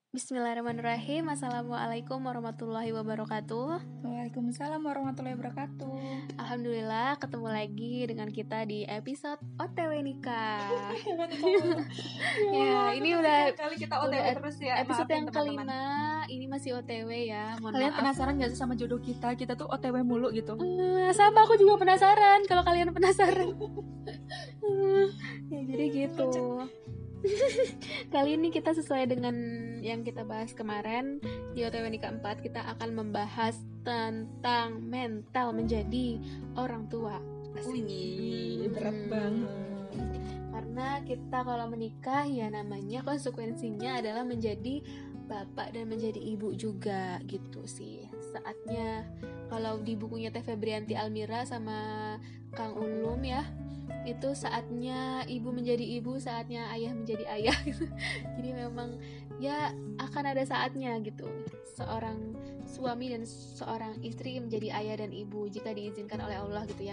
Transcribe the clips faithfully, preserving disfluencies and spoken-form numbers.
Bismillahirrahmanirrahim. Assalamualaikum warahmatullahi wabarakatuh. Waalaikumsalam warahmatullahi wabarakatuh. Alhamdulillah ketemu lagi dengan kita di episode O T W Nikah. Ya, ini udah kali kita O T W udah terus ya. episode Maafin yang teman-teman. kelima. Ini masih O T W ya. Mohon Kalian maaf. penasaran gak sih sama jodoh kita? Kita tuh O T W mulu gitu. Eh, sama aku juga penasaran. Kalau kalian penasaran. Eh, ya jadi gitu. Kali ini kita sesuai dengan yang kita bahas kemarin di O T W Nikah empat, kita akan membahas tentang mental menjadi orang tua. Wih, berat Hmm. banget. Karena kita kalau menikah ya namanya konsekuensinya adalah menjadi bapak dan menjadi ibu juga gitu sih. Saatnya kalau di bukunya Teh Febrianti Almira sama Kang Ulum ya, itu saatnya ibu menjadi ibu, saatnya ayah menjadi ayah gitu. Jadi memang ya akan ada saatnya gitu. Seorang suami dan seorang istri menjadi ayah dan ibu jika diizinkan oleh Allah gitu ya.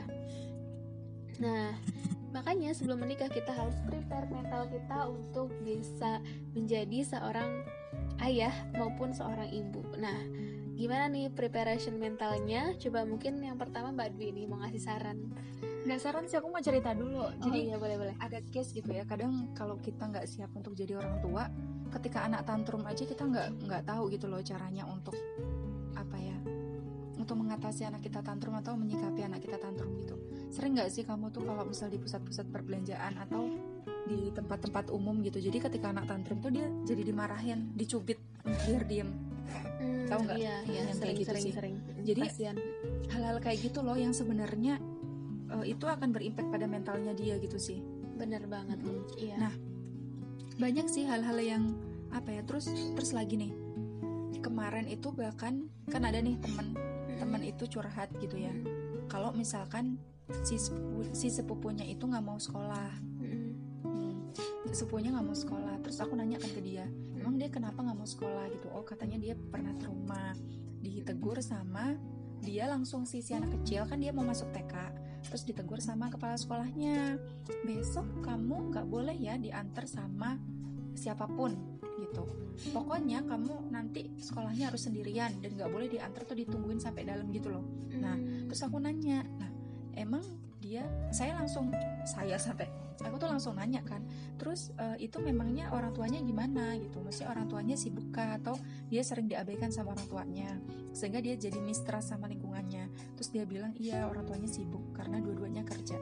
Nah, makanya sebelum menikah kita harus prepare mental kita untuk bisa menjadi seorang ayah maupun seorang ibu. Nah, gimana nih preparation mentalnya? Coba mungkin yang pertama Mbak Dwi nih mau ngasih saran. Nggak saran sih, aku mau cerita dulu. Jadi oh, iya boleh boleh. ada case gitu ya. Kadang kalau kita nggak siap untuk jadi orang tua, ketika anak tantrum aja kita nggak nggak tahu gitu loh caranya untuk apa ya, untuk mengatasi anak kita tantrum atau menyikapi anak kita tantrum gitu. Sering nggak sih kamu tuh kalau misal di pusat-pusat perbelanjaan atau di tempat-tempat umum gitu, jadi ketika anak tantrum tuh dia jadi dimarahin, dicubit biar diem. Hmm, Tahu nggak? Iya, iya, Yang sering, kayak gitu sering, sih. sering. Jadi Kasian. hal-hal kayak gitu loh yang sebenarnya uh, itu akan berimpact pada mentalnya dia gitu sih. Bener banget. Mm-mm. Iya. Nah, banyak sih hal-hal yang apa ya, terus terus lagi nih, kemarin itu bahkan kan ada nih teman teman itu curhat gitu ya, kalau misalkan si sepu, si sepupunya itu nggak mau sekolah, Mm-mm. hmm, sepupunya nggak mau sekolah, terus aku nanya kan ke dia, emang dia kenapa nggak mau sekolah gitu? Oh katanya dia pernah trauma, ditegur sama dia langsung si, si anak kecil kan dia mau masuk T K, terus ditegur sama kepala sekolahnya, besok kamu nggak boleh ya diantar sama siapapun gitu, pokoknya kamu nanti sekolahnya harus sendirian dan nggak boleh diantar tuh ditungguin sampai dalam gitu loh. Nah terus aku nanya, nah emang dia, saya langsung saya sampai aku tuh langsung nanya kan, terus uh, itu memangnya orang tuanya gimana gitu, maksudnya orang tuanya sibuk kah atau dia sering diabaikan sama orang tuanya sehingga dia jadi mistrust sama lingkungannya. Terus dia bilang iya orang tuanya sibuk karena dua-duanya kerja.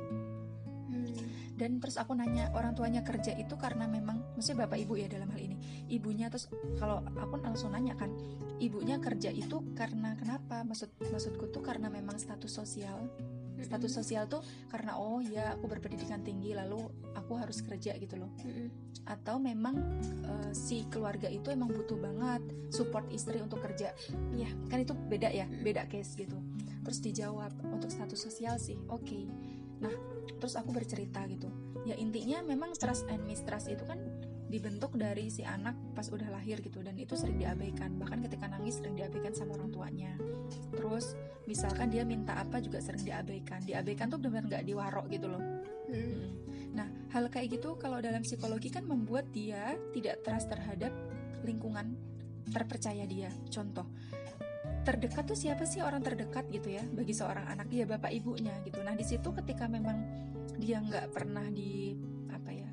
Dan terus aku nanya, orang tuanya kerja itu karena memang, maksudnya bapak ibu ya dalam hal ini, ibunya, terus kalau aku langsung nanya kan, ibunya kerja itu karena kenapa? Maksud maksudku tuh karena memang status sosial. Status sosial tuh karena oh ya aku berpendidikan tinggi lalu aku harus kerja gitu loh. Atau memang uh, si keluarga itu emang butuh banget support istri untuk kerja. Ya, kan itu beda ya, beda case gitu. Terus dijawab untuk status sosial sih, oke. Okay. Nah, terus aku bercerita gitu. Ya intinya memang trust and mistrust itu kan dibentuk dari si anak pas udah lahir gitu, dan itu sering diabaikan. Bahkan ketika nangis sering diabaikan sama orang tuanya. Terus misalkan dia minta apa juga sering diabaikan. Diabaikan tuh benar-benar nggak diwarok gitu loh. Hmm. Nah, hal kayak gitu kalau dalam psikologi kan membuat dia tidak trust terhadap lingkungan terpercaya dia. Contoh, terdekat tuh siapa sih orang terdekat gitu ya bagi seorang anak, ya bapak ibunya gitu. Nah di situ ketika memang dia nggak pernah di apa ya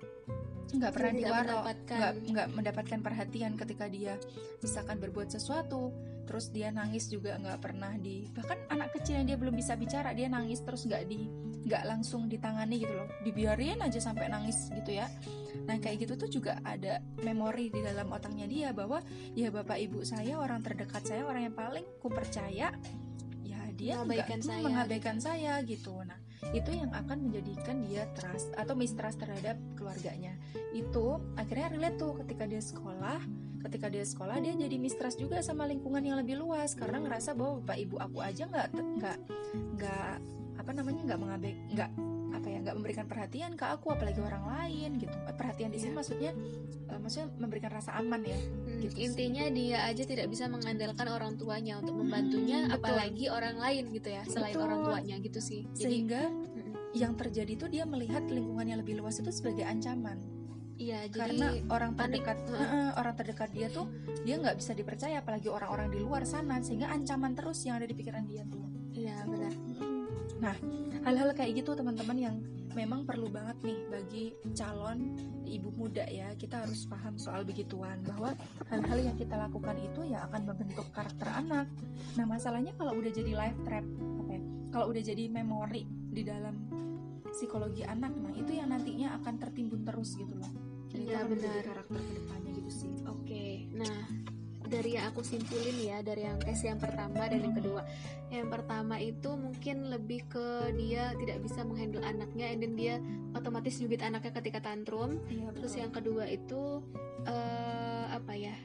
nggak pernah diwaro, nggak nggak mendapatkan perhatian ketika dia misalkan berbuat sesuatu, terus dia nangis juga nggak pernah di, bahkan anak kecil yang dia belum bisa bicara dia nangis terus nggak di nggak langsung ditangani gitu loh, dibiarin aja sampai nangis gitu ya. Nah kayak gitu tuh juga ada memori di dalam otaknya dia bahwa ya bapak ibu saya, orang terdekat saya, orang yang paling ku percaya, ya dia mengabaikan saya, mengabaikan gitu. saya gitu. Nah itu yang akan menjadikan dia trust atau mistrust terhadap keluarganya. Itu akhirnya relate tuh ketika dia sekolah, ketika dia sekolah dia jadi mistrust juga sama lingkungan yang lebih luas karena ngerasa bahwa bapak ibu aku aja nggak nggak nggak apa namanya nggak mengabaik nggak apa ya nggak memberikan perhatian ke aku, apalagi orang lain gitu. Perhatian di sini yeah. maksudnya uh, maksudnya memberikan rasa aman ya. Hmm, gitu intinya sih. Dia aja tidak bisa mengandalkan orang tuanya untuk membantunya, hmm, apalagi orang lain gitu ya selain betul. Orang tuanya gitu sih. Jadi, sehingga hmm. yang terjadi tuh dia melihat lingkungan yang lebih luas itu sebagai ancaman. Iya, jadi karena orang panik. terdekat Heeh. Heeh, orang terdekat dia tuh dia nggak bisa dipercaya, apalagi orang-orang di luar sana, sehingga ancaman terus yang ada di pikiran dia tuh. Iya, benar. Nah, hal-hal kayak gitu teman-teman yang memang perlu banget nih bagi calon ibu muda ya. Kita harus paham soal begituan, bahwa hal-hal yang kita lakukan itu ya akan membentuk karakter anak. Nah, masalahnya kalau udah jadi life trap, apa ya? Kalau udah jadi memori di dalam psikologi anak, nah itu yang nantinya akan tertimbun terus gitu loh. Jadi itu Iya, akan menjadi benar. karakter kedepannya gitu sih. Oke, nah dari yang aku simpulin ya, dari yang case yang pertama dan yang kedua. Yang pertama itu mungkin lebih ke dia tidak bisa menghandle anaknya, and then dia otomatis nyubit anaknya ketika tantrum. Iya, Terus betul. yang kedua itu eh, apa ya?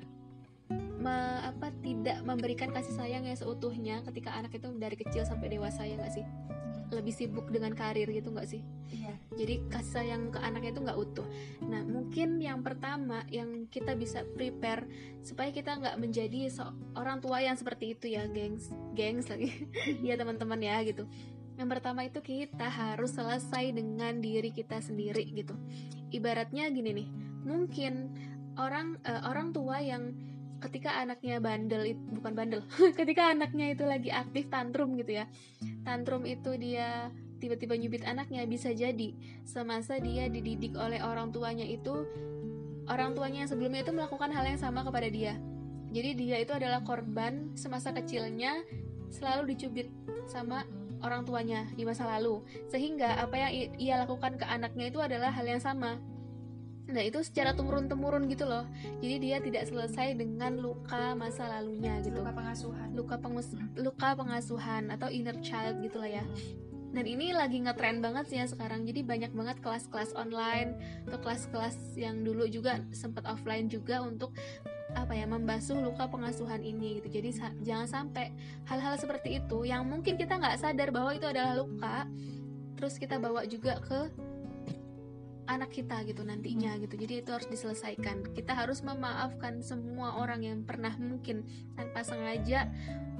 Me- apa tidak memberikan kasih sayang yang seutuhnya ketika anak itu dari kecil sampai dewasa, ya nggak sih? Lebih sibuk dengan karir gitu nggak sih? Iya. Jadi kasih sayang ke anaknya itu nggak utuh. Nah, mungkin yang pertama yang kita bisa prepare supaya kita nggak menjadi seorang tua yang seperti itu ya, gengs, gengs lagi, ya teman-teman ya gitu. Yang pertama itu kita harus selesai dengan diri kita sendiri gitu. Ibaratnya gini nih, mungkin orang eh, orang tua yang ketika anaknya bandel, bukan bandel, ketika anaknya itu lagi aktif tantrum gitu ya. Tantrum itu dia tiba-tiba nyubit anaknya, bisa jadi semasa dia dididik oleh orang tuanya itu, orang tuanya yang sebelumnya itu melakukan hal yang sama kepada dia. Jadi dia itu adalah korban semasa kecilnya selalu dicubit sama orang tuanya di masa lalu, sehingga apa yang ia lakukan ke anaknya itu adalah hal yang sama. Nah, itu secara temurun-temurun gitu loh. Jadi dia tidak selesai dengan luka masa lalunya gitu. Luka pengasuhan. Luka pengus luka pengasuhan atau inner child gitulah ya. Dan ini lagi ngetren banget sih ya sekarang. Jadi banyak banget kelas-kelas online atau kelas-kelas yang dulu juga sempat offline juga untuk apa ya, membasuh luka pengasuhan ini gitu. Jadi sa- jangan sampai hal-hal seperti itu yang mungkin kita nggak sadar bahwa itu adalah luka, terus kita bawa juga ke anak kita gitu nantinya gitu. Jadi itu harus diselesaikan. Kita harus memaafkan semua orang yang pernah mungkin tanpa sengaja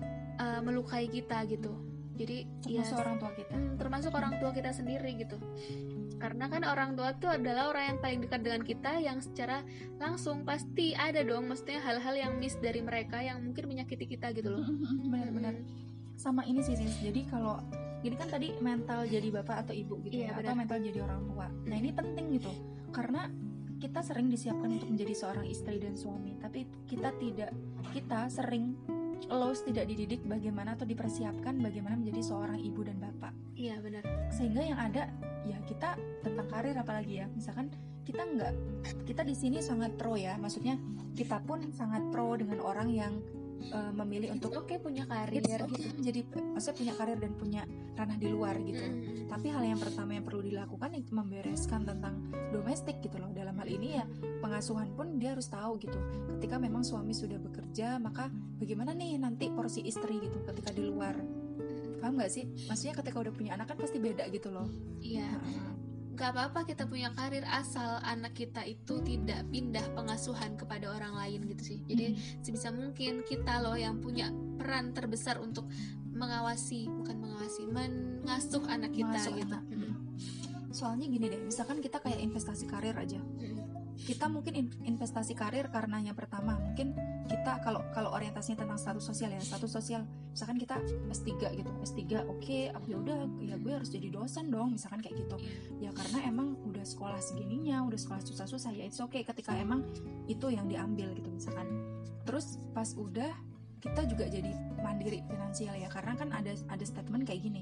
uh, melukai kita gitu. Jadi termasuk ya, orang tua kita. Hmm, termasuk orang tua kita sendiri gitu. Karena kan orang tua itu adalah orang yang paling dekat dengan kita, yang secara langsung pasti ada dong, maksudnya hal-hal yang miss dari mereka yang mungkin menyakiti kita gitu loh. Benar-benar. Sama ini sih sis. Jadi kalau ini kan tadi mental jadi bapak atau ibu gitu Iya, ya, benar. atau mental jadi orang tua. Nah ini penting gitu, karena kita sering disiapkan untuk menjadi seorang istri dan suami, tapi kita tidak, kita sering lost, tidak dididik bagaimana atau dipersiapkan bagaimana menjadi seorang ibu dan bapak. Iya, benar. Sehingga yang ada ya kita tentang karir apalagi ya, misalkan kita nggak, kita di sini sangat pro ya, maksudnya kita pun sangat pro dengan orang yang uh, memilih untuk oke okay, punya karir it's okay, gitu. jadi maksudnya punya karir dan punya ranah di luar gitu. Mm-hmm. Tapi hal yang pertama yang perlu dilakukan itu membereskan tentang domestik gitu loh. Dalam hal ini ya pengasuhan pun dia harus tahu gitu. Ketika memang suami sudah bekerja, maka bagaimana nih nanti porsi istri gitu ketika di luar. Paham gak sih? Maksudnya ketika udah punya anak kan pasti beda gitu loh. Iya. Nah, gak apa-apa kita punya karir asal anak kita itu tidak pindah pengasuhan kepada orang lain gitu sih. Jadi hmm. sebisa mungkin kita loh yang punya peran terbesar untuk mengawasi, bukan mengawasi, mengasuh anak kita mengasuh gitu. Anak. Hmm. Soalnya gini deh, misalkan kita kayak investasi karir aja. Hmm. Kita mungkin investasi karir karena yang pertama mungkin kita kalau kalau orientasinya tentang status sosial ya, status sosial misalkan kita S tiga gitu, S tiga oke, okay, ya udah ya gue harus jadi dosen dong misalkan kayak gitu. Ya karena emang udah sekolah segininya, udah sekolah susah-susah ya it's okay ketika emang itu yang diambil gitu misalkan. Terus pas udah kita juga jadi mandiri finansial ya, karena kan ada ada statement kayak gini.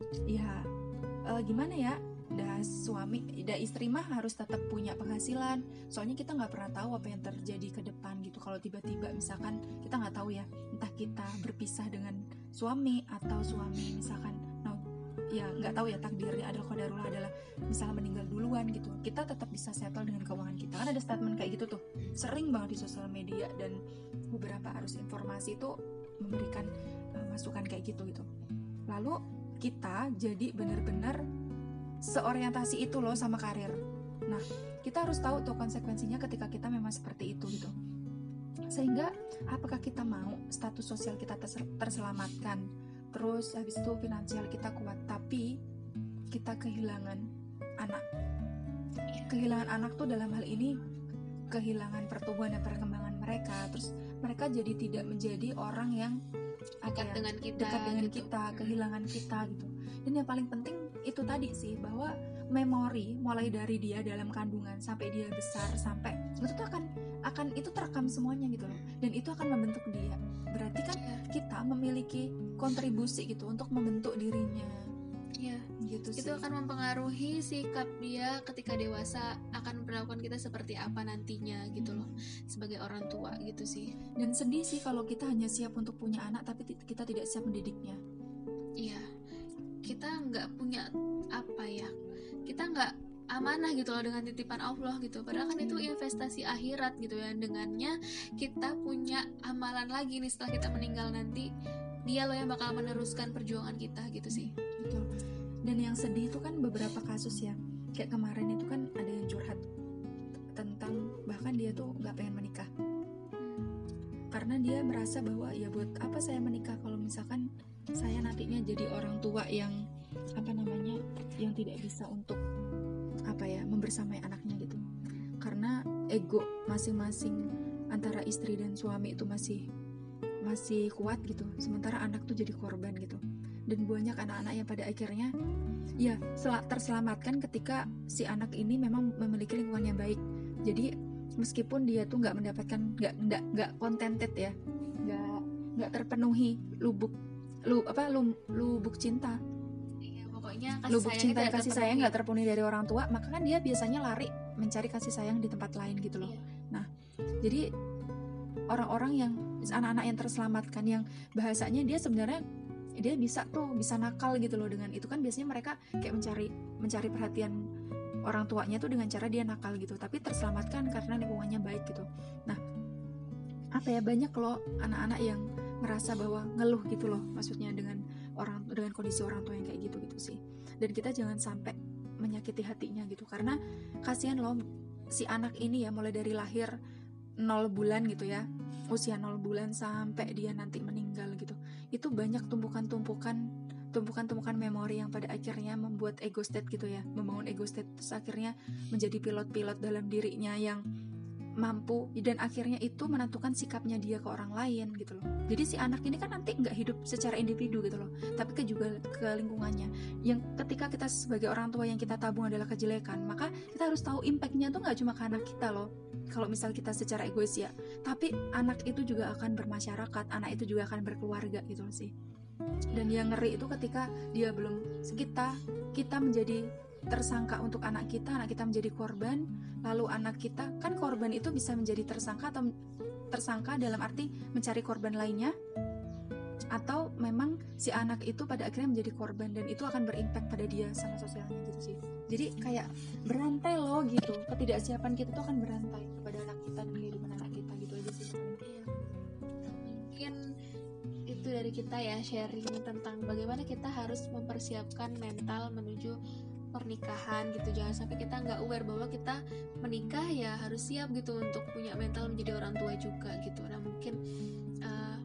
Ya e, gimana ya? Dah suami, dah istri mah harus tetap punya penghasilan. Soalnya kita nggak pernah tahu apa yang terjadi ke depan gitu. Kalau tiba-tiba misalkan kita nggak tahu ya, entah kita berpisah dengan suami atau suami misalkan, no, ya nggak tahu ya takdirnya adalah qadarullah adalah misalnya meninggal duluan gitu. Kita tetap bisa settle dengan keuangan kita. Kan ada statement kayak gitu tuh, sering banget di sosial media dan beberapa arus informasi itu memberikan uh, masukan kayak gitu gitu. Lalu kita jadi benar-benar seorientasi itu loh sama karir. Nah, kita harus tahu tuh konsekuensinya ketika kita memang seperti itu gitu. Sehingga apakah kita mau status sosial kita terselamatkan, terus habis itu finansial kita kuat, tapi kita kehilangan anak. Ya, kehilangan anak tuh dalam hal ini kehilangan pertumbuhan dan perkembangan mereka, terus mereka jadi tidak menjadi orang yang dekat ya, dengan kita, dekat dengan gitu. kita, kehilangan kita gitu. Dan yang paling penting itu tadi sih, bahwa memori mulai dari dia dalam kandungan sampai dia besar, sampai itu tuh akan akan itu terekam semuanya gitu loh, dan itu akan membentuk dia. Berarti kan kita memiliki kontribusi gitu untuk membentuk dirinya. Iya, gitu sih. Itu akan mempengaruhi sikap dia ketika dewasa, akan memperlakukan kita seperti apa nantinya gitu loh, sebagai orang tua gitu sih. Dan sedih sih kalau kita hanya siap untuk punya anak tapi kita tidak siap mendidiknya. Iya, kita nggak punya apa ya, kita nggak amanah gitu loh dengan titipan Allah gitu. Padahal kan itu investasi akhirat gitu ya. Dengannya kita punya amalan lagi nih setelah kita meninggal nanti. Dia loh yang bakal meneruskan perjuangan kita gitu sih. Betul. Dan yang sedih itu kan beberapa kasus ya. Kayak kemarin itu kan ada yang curhat tentang bahkan dia tuh nggak pengen menikah. Karena dia merasa bahwa ya buat apa saya menikah kalau misalkan saya nantinya jadi orang tua yang apa namanya yang tidak bisa untuk apa ya membersamai anaknya gitu. Karena ego masing-masing antara istri dan suami itu masih masih kuat gitu, sementara anak tuh jadi korban gitu. Dan banyak anak-anak yang pada akhirnya ya terselamatkan ketika si anak ini memang memiliki lingkungan yang baik. Jadi meskipun dia tuh nggak mendapatkan nggak nggak nggak contented ya, nggak nggak terpenuhi lubuk lu apa lu, lubuk cinta. Iya, pokoknya kasih lubuk cinta dan kasih sayang nggak terpenuhi dari orang tua, maka kan dia biasanya lari mencari kasih sayang di tempat lain gitu loh. Iya. Nah, jadi orang-orang yang anak-anak yang terselamatkan yang bahasanya dia sebenarnya dia bisa tuh bisa nakal gitu loh, dengan itu kan biasanya mereka kayak mencari mencari perhatian orang tuanya tuh dengan cara dia nakal gitu, tapi terselamatkan karena lingkungannya baik gitu. Nah, apa ya, banyak loh anak-anak yang merasa bahwa ngeluh gitu loh, maksudnya dengan orang dengan kondisi orang tua yang kayak gitu gitu sih. Dan kita jangan sampai menyakiti hatinya gitu, karena kasihan loh si anak ini ya, mulai dari lahir nol bulan gitu ya, usia nol bulan sampai dia nanti meninggal gitu, itu banyak tumpukan-tumpukan tumpukan-tumpukan memori yang pada akhirnya membuat ego state gitu ya, membangun ego state, terus akhirnya menjadi pilot-pilot dalam dirinya yang mampu, dan akhirnya itu menentukan sikapnya dia ke orang lain gitu loh. Jadi si anak ini kan nanti nggak hidup secara individu gitu loh, tapi ke juga ke lingkungannya. Yang ketika kita sebagai orang tua yang kita tabung adalah kejelekan, maka kita harus tahu impactnya tuh nggak cuma ke anak kita loh. Kalau misal kita secara egois ya, tapi anak itu juga akan bermasyarakat, anak itu juga akan berkeluarga gitu loh sih. Dan yang ngeri itu ketika dia belum kita kita menjadi tersangka untuk anak kita, anak kita menjadi korban, lalu anak kita kan korban itu bisa menjadi tersangka atau tersangka dalam arti mencari korban lainnya, atau memang si anak itu pada akhirnya menjadi korban dan itu akan berimpact pada dia sama sosialnya gitu sih. Jadi kayak berantai loh gitu, ketidaksiapan kita tuh akan berantai kepada anak kita dan kehidupan anak kita gitu aja sih. Iya. Mungkin itu dari kita ya, sharing tentang bagaimana kita harus mempersiapkan mental menuju pernikahan gitu. Jangan sampai kita nggak aware bahwa kita menikah ya harus siap gitu untuk punya mental menjadi orang tua juga gitu. Nah mungkin uh,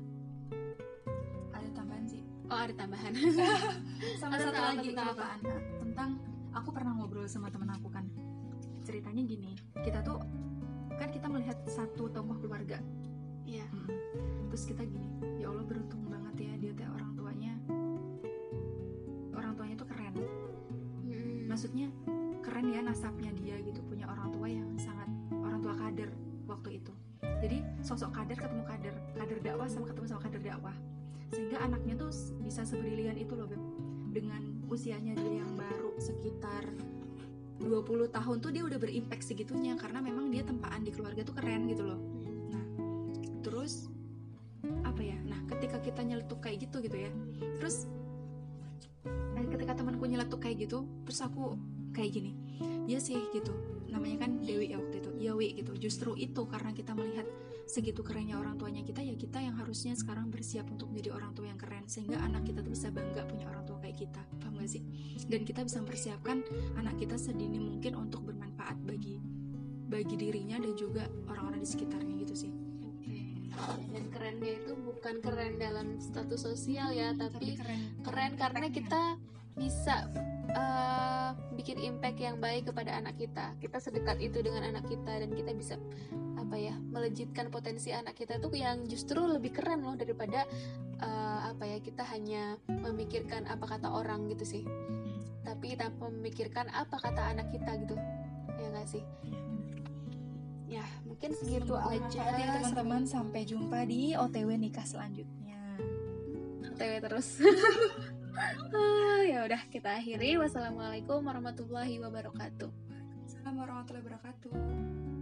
ada tambahan sih. Oh ada tambahan. Sama ada satu tentang lagi tentang kelupaan tentang aku pernah ngobrol sama temen aku kan. Ceritanya gini, kita tuh kan kita melihat satu tokoh keluarga. Iya. Hmm. Terus kita gini, ya Allah beruntung banget ya dia teh orang tuanya orang tuanya tuh keren. Maksudnya keren ya nasabnya dia gitu, punya orang tua yang sangat orang tua kader waktu itu. Jadi sosok kader ketemu kader, kader dakwah sama ketemu sama kader dakwah, sehingga anaknya tuh bisa sebrilian itu loh Beb. Dengan usianya dia yang baru sekitar dua puluh tahun tuh dia udah berimpact segitunya, karena memang dia tempaan di keluarga tuh keren gitu loh. Nah terus apa ya, nah ketika kita nyeletuk kayak gitu gitu ya, terus ketika temanku nyeletuk kayak gitu, terus aku kayak gini, ya sih gitu, namanya kan Dewi ya waktu itu, ya Wi gitu. Justru itu karena kita melihat segitu kerennya orang tuanya kita, ya kita yang harusnya sekarang bersiap untuk menjadi orang tua yang keren, sehingga anak kita tuh bisa bangga punya orang tua kayak kita, paham gak sih? Dan kita bisa mempersiapkan anak kita sedini mungkin untuk bermanfaat bagi bagi dirinya dan juga orang-orang di sekitarnya gitu sih. Dan kerennya itu bukan keren dalam status sosial ya, tapi, tapi keren, keren, keren karena kita bisa uh, bikin impact yang baik kepada anak kita. Kita sedekat itu dengan anak kita, dan kita bisa apa ya melejitkan potensi anak kita tuh yang justru lebih keren loh daripada uh, apa ya kita hanya memikirkan apa kata orang gitu sih, tapi tanpa memikirkan apa kata anak kita gitu, ya nggak sih? Ya mungkin segitu aja ya teman-teman. Sampai jumpa di O T W nikah selanjutnya. O T W terus. ah, ya udah kita akhiri. Wassalamualaikum warahmatullahi wabarakatuh. Assalamualaikum warahmatullahi wabarakatuh.